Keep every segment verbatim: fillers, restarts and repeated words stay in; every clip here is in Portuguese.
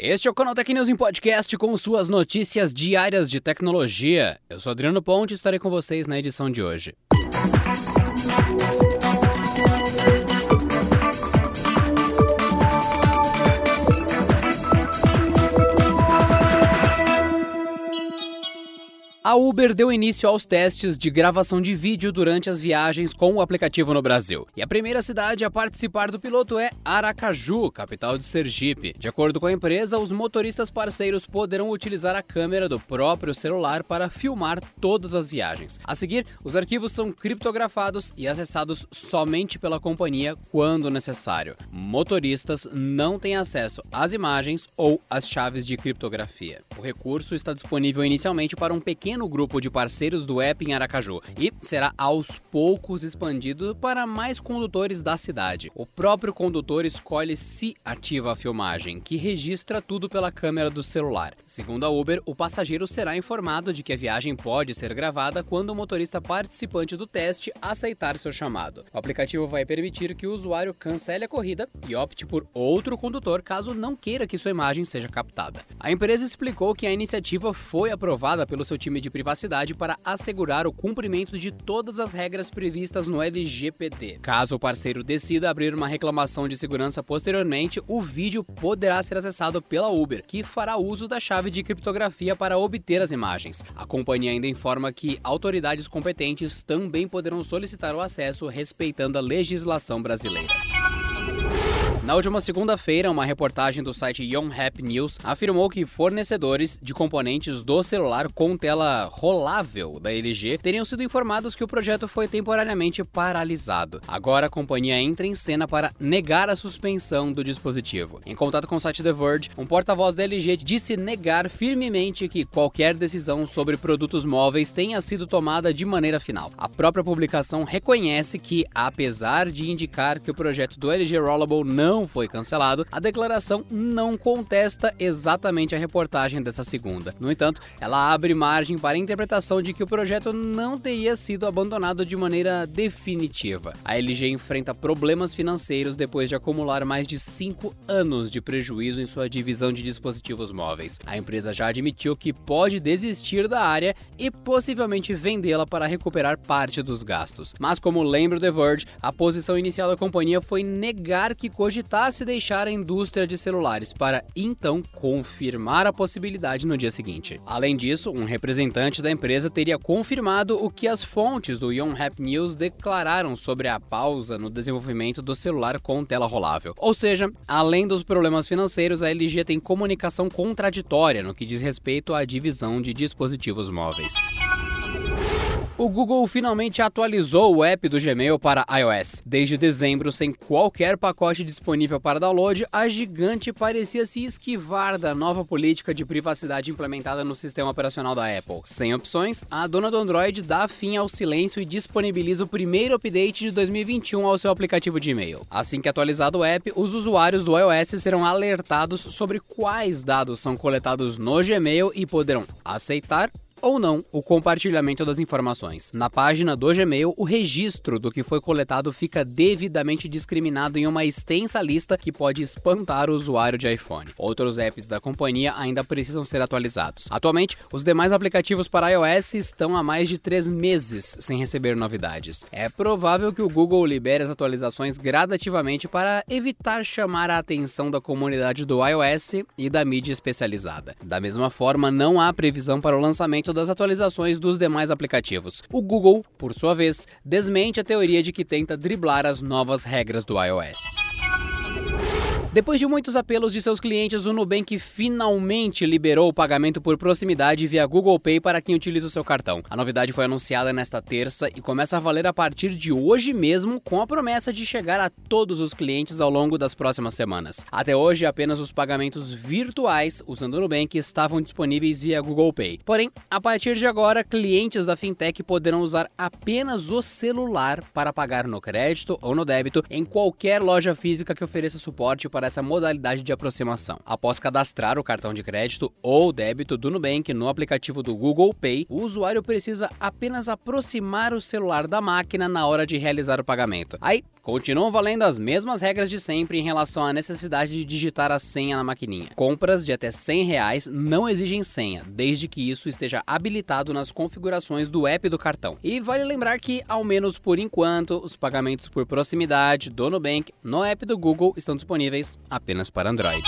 Este é o canal Tech News em Podcast com suas notícias diárias de tecnologia. Eu sou Adriano Ponte e estarei com vocês na edição de hoje. A Uber deu início aos testes de gravação de vídeo durante as viagens com o aplicativo no Brasil. E a primeira cidade a participar do piloto é Aracaju, capital de Sergipe. De acordo com a empresa, os motoristas parceiros poderão utilizar a câmera do próprio celular para filmar todas as viagens. A seguir, os arquivos são criptografados e acessados somente pela companhia quando necessário. Motoristas não têm acesso às imagens ou às chaves de criptografia. O recurso está disponível inicialmente para um pequeno no grupo de parceiros do app em Aracaju e será aos poucos expandido para mais condutores da cidade. O próprio condutor escolhe se ativa a filmagem, que registra tudo pela câmera do celular. Segundo a Uber, o passageiro será informado de que a viagem pode ser gravada quando o motorista participante do teste aceitar seu chamado. O aplicativo vai permitir que o usuário cancele a corrida e opte por outro condutor caso não queira que sua imagem seja captada. A empresa explicou que a iniciativa foi aprovada pelo seu time de privacidade para assegurar o cumprimento de todas as regras previstas no L G P D. Caso o parceiro decida abrir uma reclamação de segurança posteriormente, o vídeo poderá ser acessado pela Uber, que fará uso da chave de criptografia para obter as imagens. A companhia ainda informa que autoridades competentes também poderão solicitar o acesso respeitando a legislação brasileira. Na última segunda-feira, uma reportagem do site Yonhap News afirmou que fornecedores de componentes do celular com tela rolável da L G teriam sido informados que o projeto foi temporariamente paralisado. Agora a companhia entra em cena para negar a suspensão do dispositivo. Em contato com o site The Verge, um porta-voz da L G disse negar firmemente que qualquer decisão sobre produtos móveis tenha sido tomada de maneira final. A própria publicação reconhece que, apesar de indicar que o projeto do L G Rollable não não foi cancelado, a declaração não contesta exatamente a reportagem dessa segunda. No entanto, ela abre margem para a interpretação de que o projeto não teria sido abandonado de maneira definitiva. A L G enfrenta problemas financeiros depois de acumular mais de cinco anos de prejuízo em sua divisão de dispositivos móveis. A empresa já admitiu que pode desistir da área e possivelmente vendê-la para recuperar parte dos gastos. Mas, como lembra o The Verge, a posição inicial da companhia foi negar que cogitasse deixar a indústria de celulares para então confirmar a possibilidade no dia seguinte. Além disso, um representante da empresa teria confirmado o que as fontes do Yonhap News declararam sobre a pausa no desenvolvimento do celular com tela rolável. Ou seja, além dos problemas financeiros, a L G tem comunicação contraditória no que diz respeito à divisão de dispositivos móveis. O Google finalmente atualizou o app do Gmail para iOS. Desde dezembro, sem qualquer pacote disponível para download, a gigante parecia se esquivar da nova política de privacidade implementada no sistema operacional da Apple. Sem opções, a dona do Android dá fim ao silêncio e disponibiliza o primeiro update de dois mil e vinte e um ao seu aplicativo de e-mail. Assim que atualizado o app, os usuários do iOS serão alertados sobre quais dados são coletados no Gmail e poderão aceitar ou não o compartilhamento das informações. Na página do Gmail, o registro do que foi coletado fica devidamente discriminado em uma extensa lista que pode espantar o usuário de iPhone. Outros apps da companhia ainda precisam ser atualizados. Atualmente, os demais aplicativos para iOS estão há mais de três meses sem receber novidades. É provável que o Google libere as atualizações gradativamente para evitar chamar a atenção da comunidade do iOS e da mídia especializada. Da mesma forma, não há previsão para o lançamento das atualizações dos demais aplicativos. O Google, por sua vez, desmente a teoria de que tenta driblar as novas regras do iOS. Depois de muitos apelos de seus clientes, o Nubank finalmente liberou o pagamento por proximidade via Google Pay para quem utiliza o seu cartão. A novidade foi anunciada nesta terça e começa a valer a partir de hoje mesmo, com a promessa de chegar a todos os clientes ao longo das próximas semanas. Até hoje, apenas os pagamentos virtuais usando o Nubank estavam disponíveis via Google Pay. Porém, a partir de agora, clientes da fintech poderão usar apenas o celular para pagar no crédito ou no débito em qualquer loja física que ofereça suporte para para essa modalidade de aproximação. Após cadastrar o cartão de crédito ou débito do Nubank no aplicativo do Google Pay, o usuário precisa apenas aproximar o celular da máquina na hora de realizar o pagamento. Aí, continuam valendo as mesmas regras de sempre em relação à necessidade de digitar a senha na maquininha. Compras de até cem reais não exigem senha, desde que isso esteja habilitado nas configurações do app do cartão. E vale lembrar que, ao menos por enquanto, os pagamentos por proximidade do Nubank no app do Google estão disponíveis apenas para Android.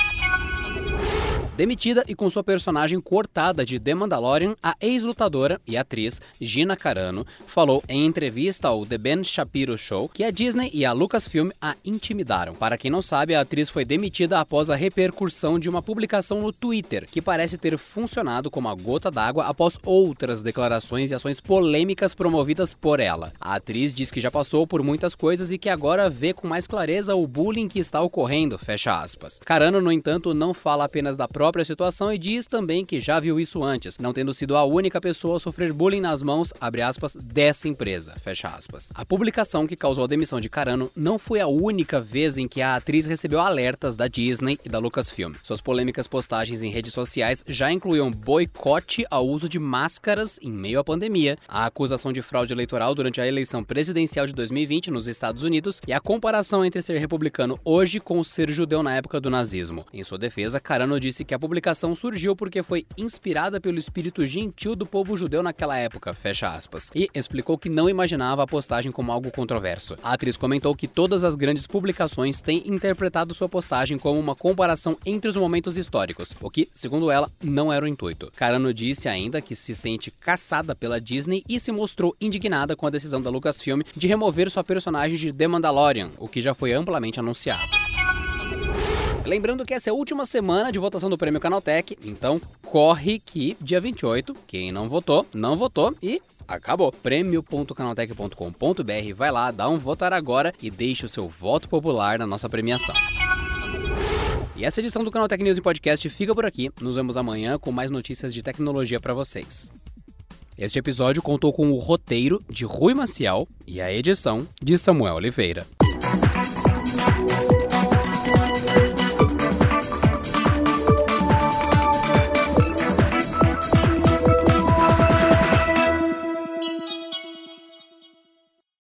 Demitida e com sua personagem cortada de The Mandalorian, a ex-lutadora e atriz Gina Carano falou em entrevista ao The Ben Shapiro Show que a Disney e a Lucasfilm a intimidaram. Para quem não sabe, a atriz foi demitida após a repercussão de uma publicação no Twitter, que parece ter funcionado como a gota d'água após outras declarações e ações polêmicas promovidas por ela. A atriz diz que já passou por muitas coisas e que agora vê com mais clareza o bullying que está ocorrendo, fecha aspas. Carano, no entanto, não fala apenas da própria própria situação e diz também que já viu isso antes, não tendo sido a única pessoa a sofrer bullying nas mãos, abre aspas, dessa empresa, fecha aspas. A publicação que causou a demissão de Carano não foi a única vez em que a atriz recebeu alertas da Disney e da Lucasfilm. Suas polêmicas postagens em redes sociais já incluíam boicote ao uso de máscaras em meio à pandemia, a acusação de fraude eleitoral durante a eleição presidencial de dois mil e vinte nos Estados Unidos e a comparação entre ser republicano hoje com ser judeu na época do nazismo. Em sua defesa, Carano disse que a publicação surgiu porque foi inspirada pelo espírito gentil do povo judeu naquela época, fecha aspas, e explicou que não imaginava a postagem como algo controverso. A atriz comentou que todas as grandes publicações têm interpretado sua postagem como uma comparação entre os momentos históricos, o que, segundo ela, não era o intuito. Carano disse ainda que se sente caçada pela Disney e se mostrou indignada com a decisão da Lucasfilm de remover sua personagem de The Mandalorian, o que já foi amplamente anunciado. Lembrando que essa é a última semana de votação do Prêmio Canaltech, então corre que dia vinte e oito, quem não votou, não votou e acabou. prêmio ponto canaltech ponto com ponto br, vai lá, dá um votar agora e deixe o seu voto popular na nossa premiação. E essa edição do Canaltech News em Podcast fica por aqui, nos vemos amanhã com mais notícias de tecnologia para vocês. Este episódio contou com o roteiro de Rui Maciel e a edição de Samuel Oliveira.